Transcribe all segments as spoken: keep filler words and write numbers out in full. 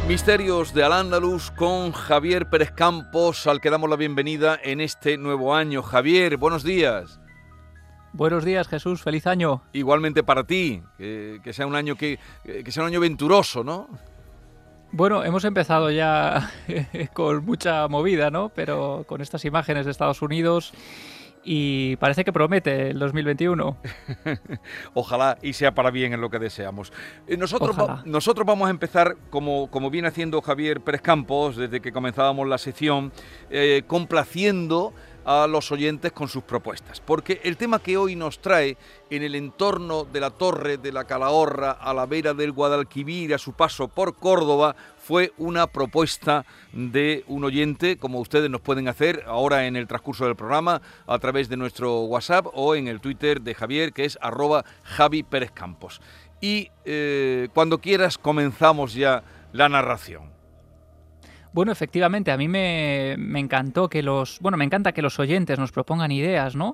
Misterios de Al-Ándalus con Javier Pérez Campos, al que damos la bienvenida en este nuevo año. Javier, buenos días. Buenos días, Jesús, feliz año. Igualmente para ti, que, que sea un año que, que sea un año venturoso, ¿no? Bueno, hemos empezado ya con mucha movida, ¿no? Pero con estas imágenes de Estados Unidos y parece que promete el dos mil veintiuno. Ojalá y sea para bien en lo que deseamos. Nosotros, va, nosotros vamos a empezar, como, como viene haciendo Javier Pérez Campos, desde que comenzábamos la sección, eh, complaciendo a los oyentes con sus propuestas, porque el tema que hoy nos trae en el entorno de la Torre de la Calahorra, a la vera del Guadalquivir, a su paso por Córdoba, fue una propuesta de un oyente, como ustedes nos pueden hacer ahora en el transcurso del programa, a través de nuestro WhatsApp o en el Twitter de Javier, que es arroba Javi Pérez Campos. Y eh, cuando quieras comenzamos ya la narración. Bueno, efectivamente, a mí me, me encantó que los... Bueno, me encanta que los oyentes nos propongan ideas, ¿no?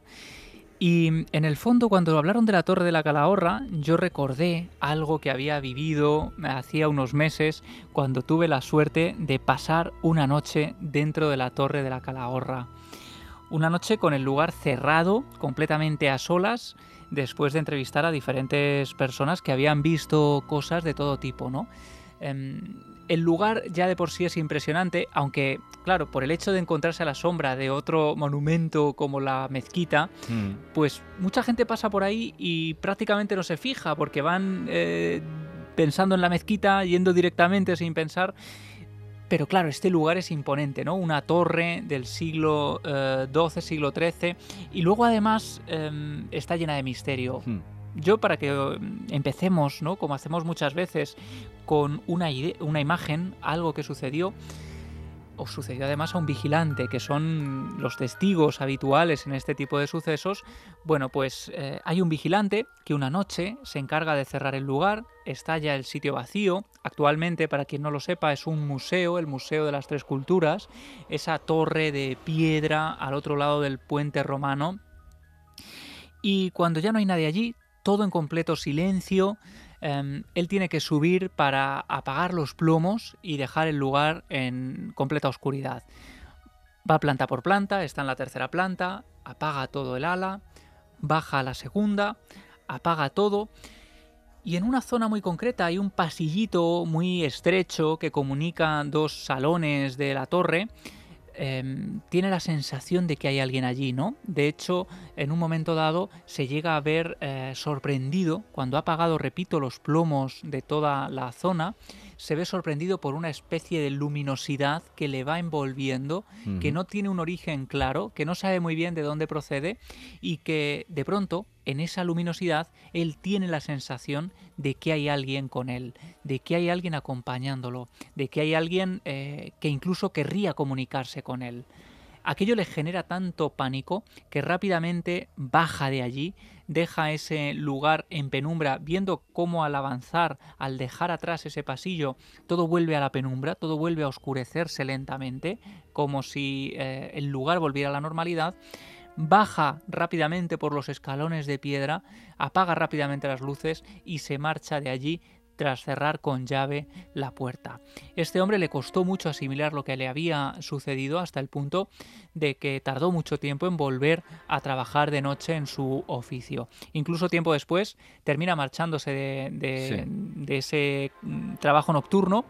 Y en el fondo, cuando hablaron de la Torre de la Calahorra, yo recordé algo que había vivido hacía unos meses cuando tuve la suerte de pasar una noche dentro de la Torre de la Calahorra. Una noche con el lugar cerrado, completamente a solas, después de entrevistar a diferentes personas que habían visto cosas de todo tipo, ¿no? Eh, El lugar ya de por sí es impresionante, aunque, claro, por el hecho de encontrarse a la sombra de otro monumento como la mezquita, mm. pues mucha gente pasa por ahí y prácticamente no se fija, porque van eh, pensando en la mezquita, yendo directamente sin pensar. Pero claro, este lugar es imponente, ¿no? Una torre del siglo eh, doce, siglo trece, y luego además eh, está llena de misterio. Mm. Yo, para que empecemos, ¿no?, como hacemos muchas veces, con una, idea, una imagen, algo que sucedió, o sucedió además a un vigilante, que son los testigos habituales en este tipo de sucesos. Bueno, pues eh, hay un vigilante que una noche se encarga de cerrar el lugar, está ya el sitio vacío. Actualmente, para quien no lo sepa, es un museo, el Museo de las Tres Culturas, esa torre de piedra al otro lado del puente romano. Y cuando ya no hay nadie allí, todo en completo silencio, eh, él tiene que subir para apagar los plomos y dejar el lugar en completa oscuridad. Va planta por planta, está en la tercera planta, apaga todo el ala, baja a la segunda, apaga todo, y en una zona muy concreta hay un pasillito muy estrecho que comunica dos salones de la torre. Eh, tiene la sensación de que hay alguien allí, ¿no? De hecho, en un momento dado se llega a ver eh, sorprendido, cuando ha apagado, repito, los plomos de toda la zona, se ve sorprendido por una especie de luminosidad que le va envolviendo, uh-huh. que no tiene un origen claro, que no sabe muy bien de dónde procede y que de pronto, en esa luminosidad, él tiene la sensación de que hay alguien con él, de que hay alguien acompañándolo, de que hay alguien eh, que incluso querría comunicarse con él. Aquello le genera tanto pánico que rápidamente baja de allí, deja ese lugar en penumbra, viendo cómo al avanzar, al dejar atrás ese pasillo, todo vuelve a la penumbra, todo vuelve a oscurecerse lentamente, como si eh, el lugar volviera a la normalidad. Baja rápidamente por los escalones de piedra, apaga rápidamente las luces y se marcha de allí tras cerrar con llave la puerta. Este hombre le costó mucho asimilar lo que le había sucedido, hasta el punto de que tardó mucho tiempo en volver a trabajar de noche en su oficio. Incluso tiempo después termina marchándose de, de, sí. de ese trabajo nocturno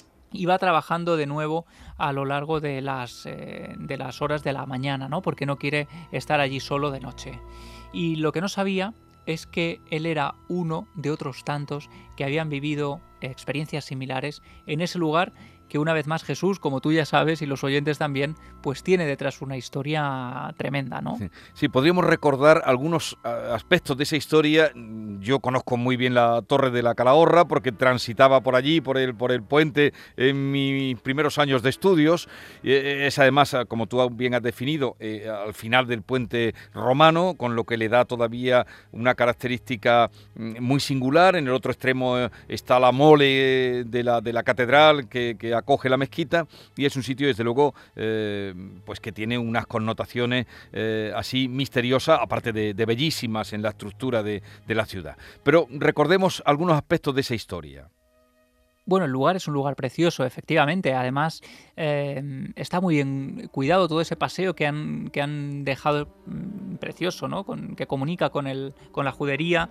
y va trabajando de nuevo a lo largo de las, eh, de las horas de la mañana, ¿no? Porque no quiere estar allí solo de noche. Y lo que no sabía es que él era uno de otros tantos que habían vivido experiencias similares en ese lugar que, una vez más, Jesús, como tú ya sabes, y los oyentes también, pues tiene detrás una historia tremenda, ¿no? Sí, sí, podríamos recordar algunos aspectos de esa historia. Yo conozco muy bien la Torre de la Calahorra porque transitaba por allí, por el, por el puente, en mis primeros años de estudios. Es además, como tú bien has definido, eh, al final del puente romano, con lo que le da todavía una característica muy singular. En el otro extremo está la mole de la, de la catedral que, que acoge la mezquita, y es un sitio, desde luego, eh, pues que tiene unas connotaciones eh, así misteriosas, aparte de, de bellísimas en la estructura de, de la ciudad. Pero recordemos algunos aspectos de esa historia. Bueno, el lugar es un lugar precioso, efectivamente. Además, eh, está muy bien cuidado todo ese paseo que han, que han dejado mm, precioso, ¿no? Con, que comunica con, el, con la judería.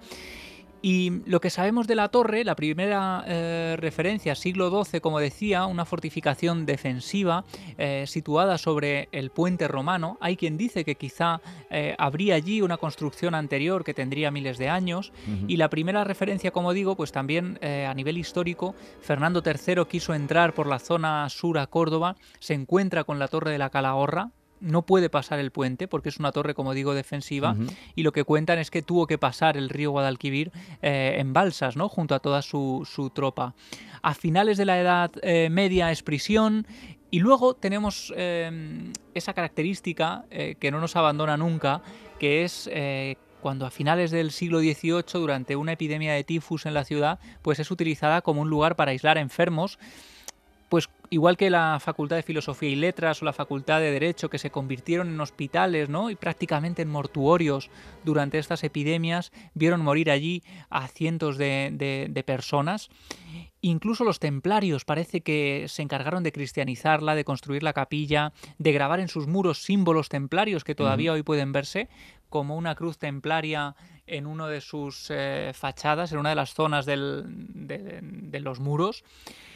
Y lo que sabemos de la torre, la primera eh, referencia, siglo doce, como decía, una fortificación defensiva eh, situada sobre el puente romano. Hay quien dice que quizá eh, habría allí una construcción anterior que tendría miles de años. Ujú. Y la primera referencia, como digo, pues también eh, a nivel histórico, Fernando tercero quiso entrar por la zona sur a Córdoba, se encuentra con la torre de la Calahorra. No puede pasar el puente porque es una torre, como digo, defensiva, Ujú. y lo que cuentan es que tuvo que pasar el río Guadalquivir eh, en balsas, ¿no? Junto a toda su, su tropa. A finales de la Edad eh, Media es prisión, y luego tenemos eh, esa característica eh, que no nos abandona nunca, que es eh, cuando a finales del siglo dieciocho, durante una epidemia de tifus en la ciudad, pues es utilizada como un lugar para aislar enfermos. Pues igual que la Facultad de Filosofía y Letras o la Facultad de Derecho, que se convirtieron en hospitales, ¿no? Y prácticamente en mortuorios durante estas epidemias, vieron morir allí a cientos de, de, de personas. Incluso los templarios parece que se encargaron de cristianizarla, de construir la capilla, de grabar en sus muros símbolos templarios que todavía Ujú. hoy pueden verse, como una cruz templaria en una de sus eh, fachadas, en una de las zonas del, de, de los muros.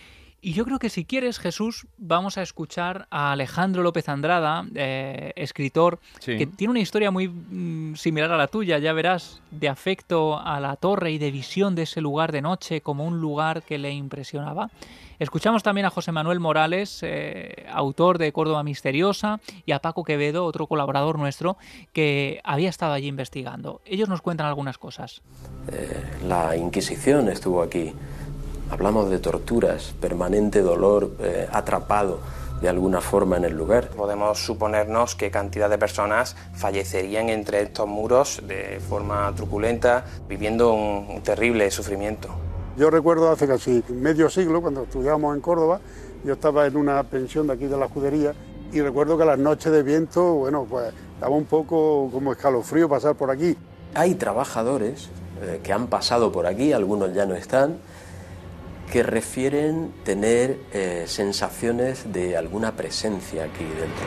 Y yo creo que si quieres, Jesús, vamos a escuchar a Alejandro López Andrada, eh, escritor, que Sí. tiene una historia muy mm, similar a la tuya, ya verás, de afecto a la torre y de visión de ese lugar de noche como un lugar que le impresionaba. Escuchamos también a José Manuel Morales, eh, autor de Córdoba Misteriosa, y a Paco Quevedo, otro colaborador nuestro, que había estado allí investigando. Ellos nos cuentan algunas cosas. Eh, la Inquisición estuvo aquí. Hablamos de torturas, permanente dolor, eh, atrapado de alguna forma en el lugar. Podemos suponernos qué cantidad de personas fallecerían entre estos muros de forma truculenta, viviendo un, un terrible sufrimiento. Yo recuerdo hace casi medio siglo, cuando estudiábamos en Córdoba, yo estaba en una pensión de aquí de la Judería, y recuerdo que las noches de viento, bueno, pues daba un poco como escalofrío pasar por aquí. Hay trabajadores eh, que han pasado por aquí, algunos ya no están, que refieren tener eh, sensaciones de alguna presencia aquí dentro.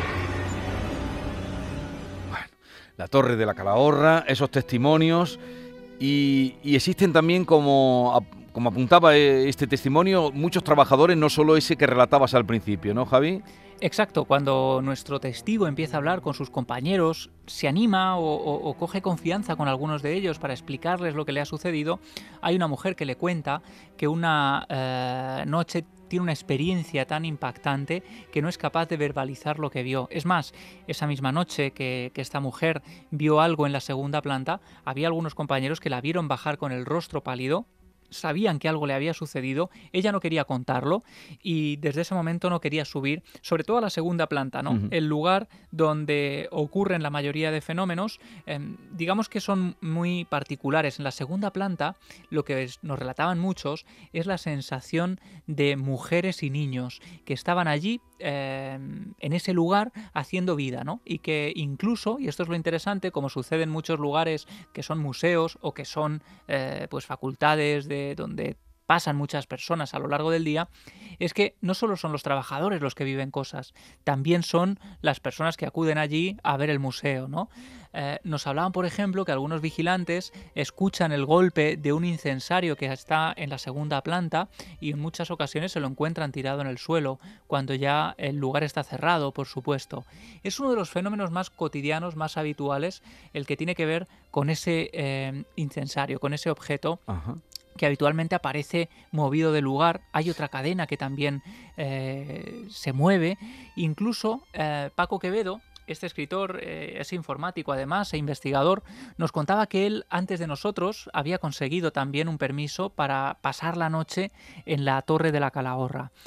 Bueno, la Torre de la Calahorra, esos testimonios, y, y existen también, como, como apuntaba este testimonio, muchos trabajadores, no solo ese que relatabas al principio, ¿no, Javi? Exacto, cuando nuestro testigo empieza a hablar con sus compañeros, se anima o, o, o coge confianza con algunos de ellos para explicarles lo que le ha sucedido, hay una mujer que le cuenta que una eh, noche tiene una experiencia tan impactante que no es capaz de verbalizar lo que vio. Es más, esa misma noche que, que esta mujer vio algo en la segunda planta, había algunos compañeros que la vieron bajar con el rostro pálido. Sabían que algo le había sucedido, ella no quería contarlo y desde ese momento no quería subir, sobre todo a la segunda planta, ¿no? Uh-huh. El lugar donde ocurren la mayoría de fenómenos, eh, digamos que son muy particulares. En la segunda planta, lo que es, nos relataban muchos, es la sensación de mujeres y niños que estaban allí eh, en ese lugar haciendo vida, ¿no? Y que incluso, y esto es lo interesante, como sucede en muchos lugares que son museos o que son eh, pues facultades de donde pasan muchas personas a lo largo del día, es que no solo son los trabajadores los que viven cosas, también son las personas que acuden allí a ver el museo, ¿no? Eh, nos hablaban, por ejemplo, que algunos vigilantes escuchan el golpe de un incensario que está en la segunda planta y en muchas ocasiones se lo encuentran tirado en el suelo, cuando ya el lugar está cerrado, por supuesto. Es uno de los fenómenos más cotidianos, más habituales, el que tiene que ver con ese eh, incensario, con ese objeto. Ajá. Que habitualmente aparece movido de lugar. Hay otra cadena que también eh, se mueve. Incluso eh, Paco Quevedo, este escritor, eh, es informático además e investigador, nos contaba que él, antes de nosotros, había conseguido también un permiso para pasar la noche en la Torre de la Calahorra.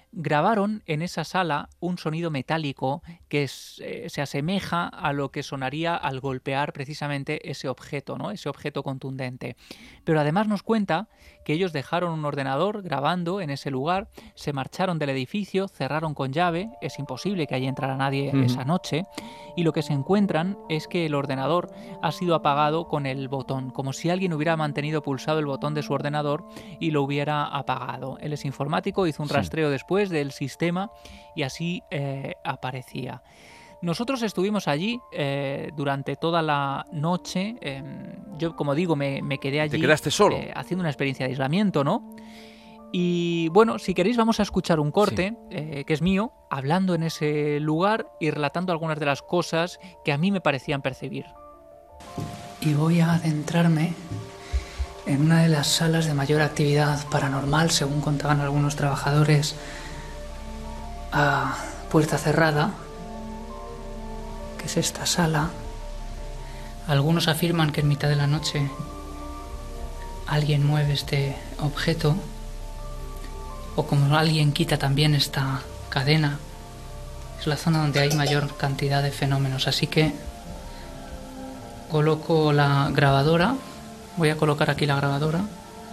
grabaron en esa sala un sonido metálico que es, eh, se asemeja a lo que sonaría al golpear precisamente ese objeto, ¿no? Ese objeto contundente. Pero además nos cuenta que ellos dejaron un ordenador grabando en ese lugar, se marcharon del edificio, cerraron con llave, es imposible que allí entrara nadie uh-huh. esa noche, y lo que se encuentran es que el ordenador ha sido apagado con el botón, como si alguien hubiera mantenido pulsado el botón de su ordenador y lo hubiera apagado. Él es informático, hizo un sí. rastreo después del sistema y así eh, aparecía. Nosotros estuvimos allí eh, durante toda la noche. Eh, yo, como digo, me, me quedé allí. ¿Te quedaste solo? Eh, haciendo una experiencia de aislamiento, ¿no? Y bueno, si queréis vamos a escuchar un corte, sí. eh, que es mío, hablando en ese lugar y relatando algunas de las cosas que a mí me parecían percibir. Y voy a adentrarme en una de las salas de mayor actividad paranormal, según contaban algunos trabajadores, a puerta cerrada, que es esta sala. Algunos afirman que en mitad de la noche alguien mueve este objeto, o como alguien quita también esta cadena. Es la zona donde hay mayor cantidad de fenómenos, así que coloco la grabadora. Voy a colocar aquí la grabadora.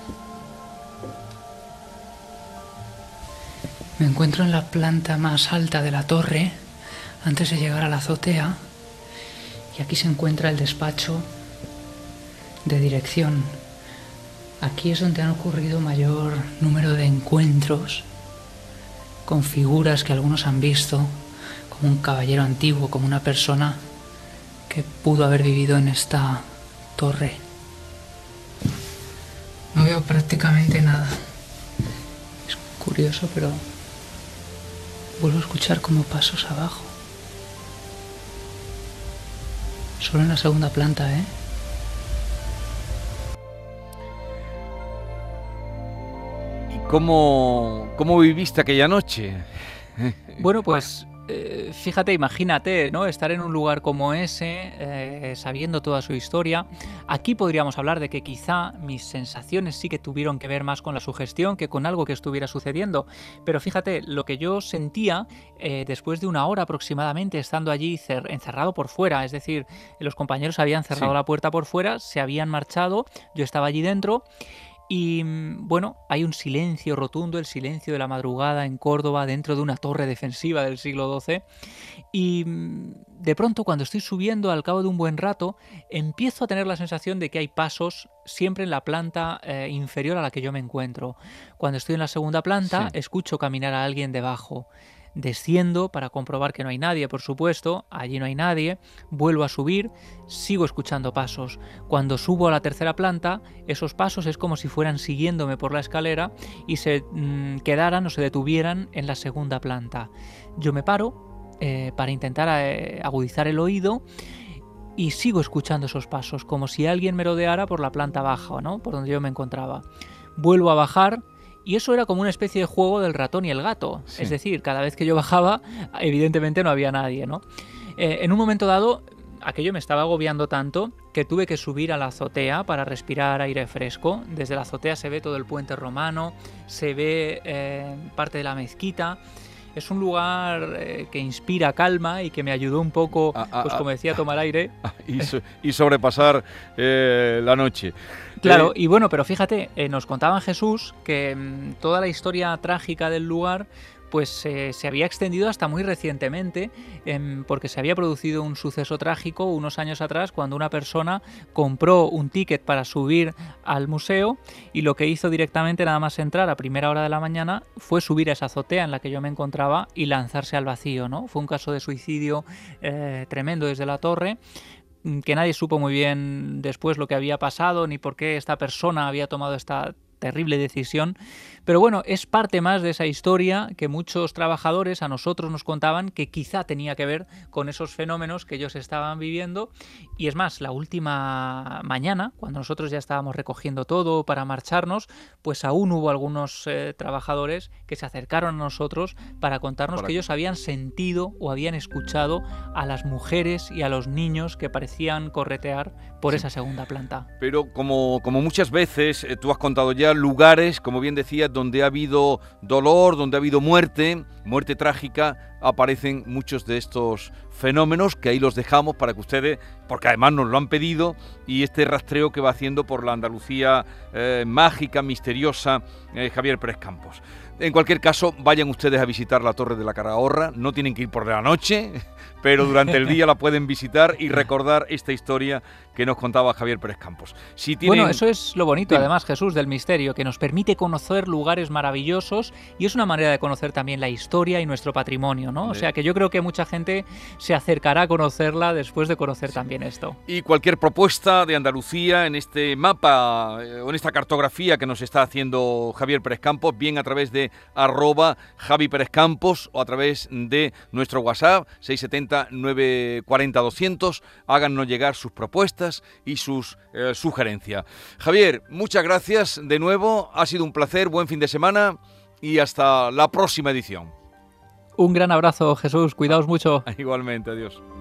Me encuentro en la planta más alta de la torre, antes de llegar a la azotea, y aquí se encuentra el despacho de dirección. Aquí es donde han ocurrido mayor número de encuentros con figuras que algunos han visto, como un caballero antiguo, como una persona que pudo haber vivido en esta torre. No veo prácticamente nada. Es curioso, pero vuelvo a escuchar como pasos abajo. Solo en la segunda planta, ¿eh? ¿Y cómo, cómo viviste aquella noche? Bueno, pues eh, fíjate, imagínate, ¿no? Estar en un lugar como ese, eh, sabiendo toda su historia. Aquí podríamos hablar de que quizá mis sensaciones sí que tuvieron que ver más con la sugestión que con algo que estuviera sucediendo. Pero fíjate, lo que yo sentía eh, después de una hora aproximadamente estando allí encerrado por fuera, es decir, los compañeros habían cerrado sí. la puerta por fuera, se habían marchado, yo estaba allí dentro. Y bueno, hay un silencio rotundo, el silencio de la madrugada en Córdoba, dentro de una torre defensiva del siglo doce. Y de pronto, cuando estoy subiendo, al cabo de un buen rato, empiezo a tener la sensación de que hay pasos siempre en la planta eh, inferior a la que yo me encuentro. Cuando estoy en la segunda planta, sí. escucho caminar a alguien debajo. Desciendo para comprobar que no hay nadie, por supuesto, allí no hay nadie, vuelvo a subir, sigo escuchando pasos. Cuando subo a la tercera planta, esos pasos es como si fueran siguiéndome por la escalera y se mmm, quedaran o se detuvieran en la segunda planta. Yo me paro eh, para intentar eh, agudizar el oído y sigo escuchando esos pasos, como si alguien merodeara por la planta baja, ¿no? Por donde yo me encontraba. Vuelvo a bajar. Y eso era como una especie de juego del ratón y el gato. Sí. Es decir, cada vez que yo bajaba, evidentemente no había nadie, ¿no? Eh, en un momento dado, aquello me estaba agobiando tanto que tuve que subir a la azotea para respirar aire fresco. Desde la azotea se ve todo el puente romano, se ve eh, parte de la mezquita. Es un lugar eh, que inspira calma y que me ayudó un poco, ah, ah, pues como decía, a tomar aire. Ah, y, so, y sobrepasar eh, la noche. Claro, eh, y bueno, pero fíjate, eh, nos contaban Jesús que mmm, toda la historia trágica del lugar pues eh, se había extendido hasta muy recientemente, eh, porque se había producido un suceso trágico unos años atrás cuando una persona compró un ticket para subir al museo y lo que hizo directamente, nada más entrar a primera hora de la mañana, fue subir a esa azotea en la que yo me encontraba y lanzarse al vacío, ¿no? Fue un caso de suicidio eh, tremendo desde la torre, que nadie supo muy bien después lo que había pasado ni por qué esta persona había tomado esta terrible decisión, pero bueno, es parte más de esa historia que muchos trabajadores a nosotros nos contaban que quizá tenía que ver con esos fenómenos que ellos estaban viviendo. Y es más, la última mañana, cuando nosotros ya estábamos recogiendo todo para marcharnos, pues aún hubo algunos eh, trabajadores que se acercaron a nosotros para contarnos para... que ellos habían sentido o habían escuchado a las mujeres y a los niños que parecían corretear por sí. esa segunda planta. Pero como, como muchas veces, eh, tú has contado ya lugares, como bien decías, donde ha habido dolor, donde ha habido muerte, muerte trágica, aparecen muchos de estos fenómenos que ahí los dejamos para que ustedes, porque además nos lo han pedido, y este rastreo que va haciendo por la Andalucía eh, mágica, misteriosa, eh, Javier Pérez Campos. En cualquier caso, vayan ustedes a visitar la Torre de la Calahorra, no tienen que ir por la noche, pero durante el día la pueden visitar y recordar esta historia que nos contaba Javier Pérez Campos. Si tienen... Bueno, eso es lo bonito, Dime. además, Jesús, del misterio, que nos permite conocer lugares maravillosos y es una manera de conocer también la historia y nuestro patrimonio, ¿no? O sea que yo creo que mucha gente se acercará a conocerla después de conocer sí. también esto. Y cualquier propuesta de Andalucía en este mapa eh, o en esta cartografía que nos está haciendo Javier Pérez Campos, bien a través de arroba Javi Pérez Campos o a través de nuestro WhatsApp seis siete cero, nueve cuatro cero, doscientos, háganos llegar sus propuestas y sus eh, sugerencias. Javier, muchas gracias de nuevo, ha sido un placer, buen fin de semana y hasta la próxima edición. Un gran abrazo, Jesús, cuidaos mucho. Igualmente, adiós.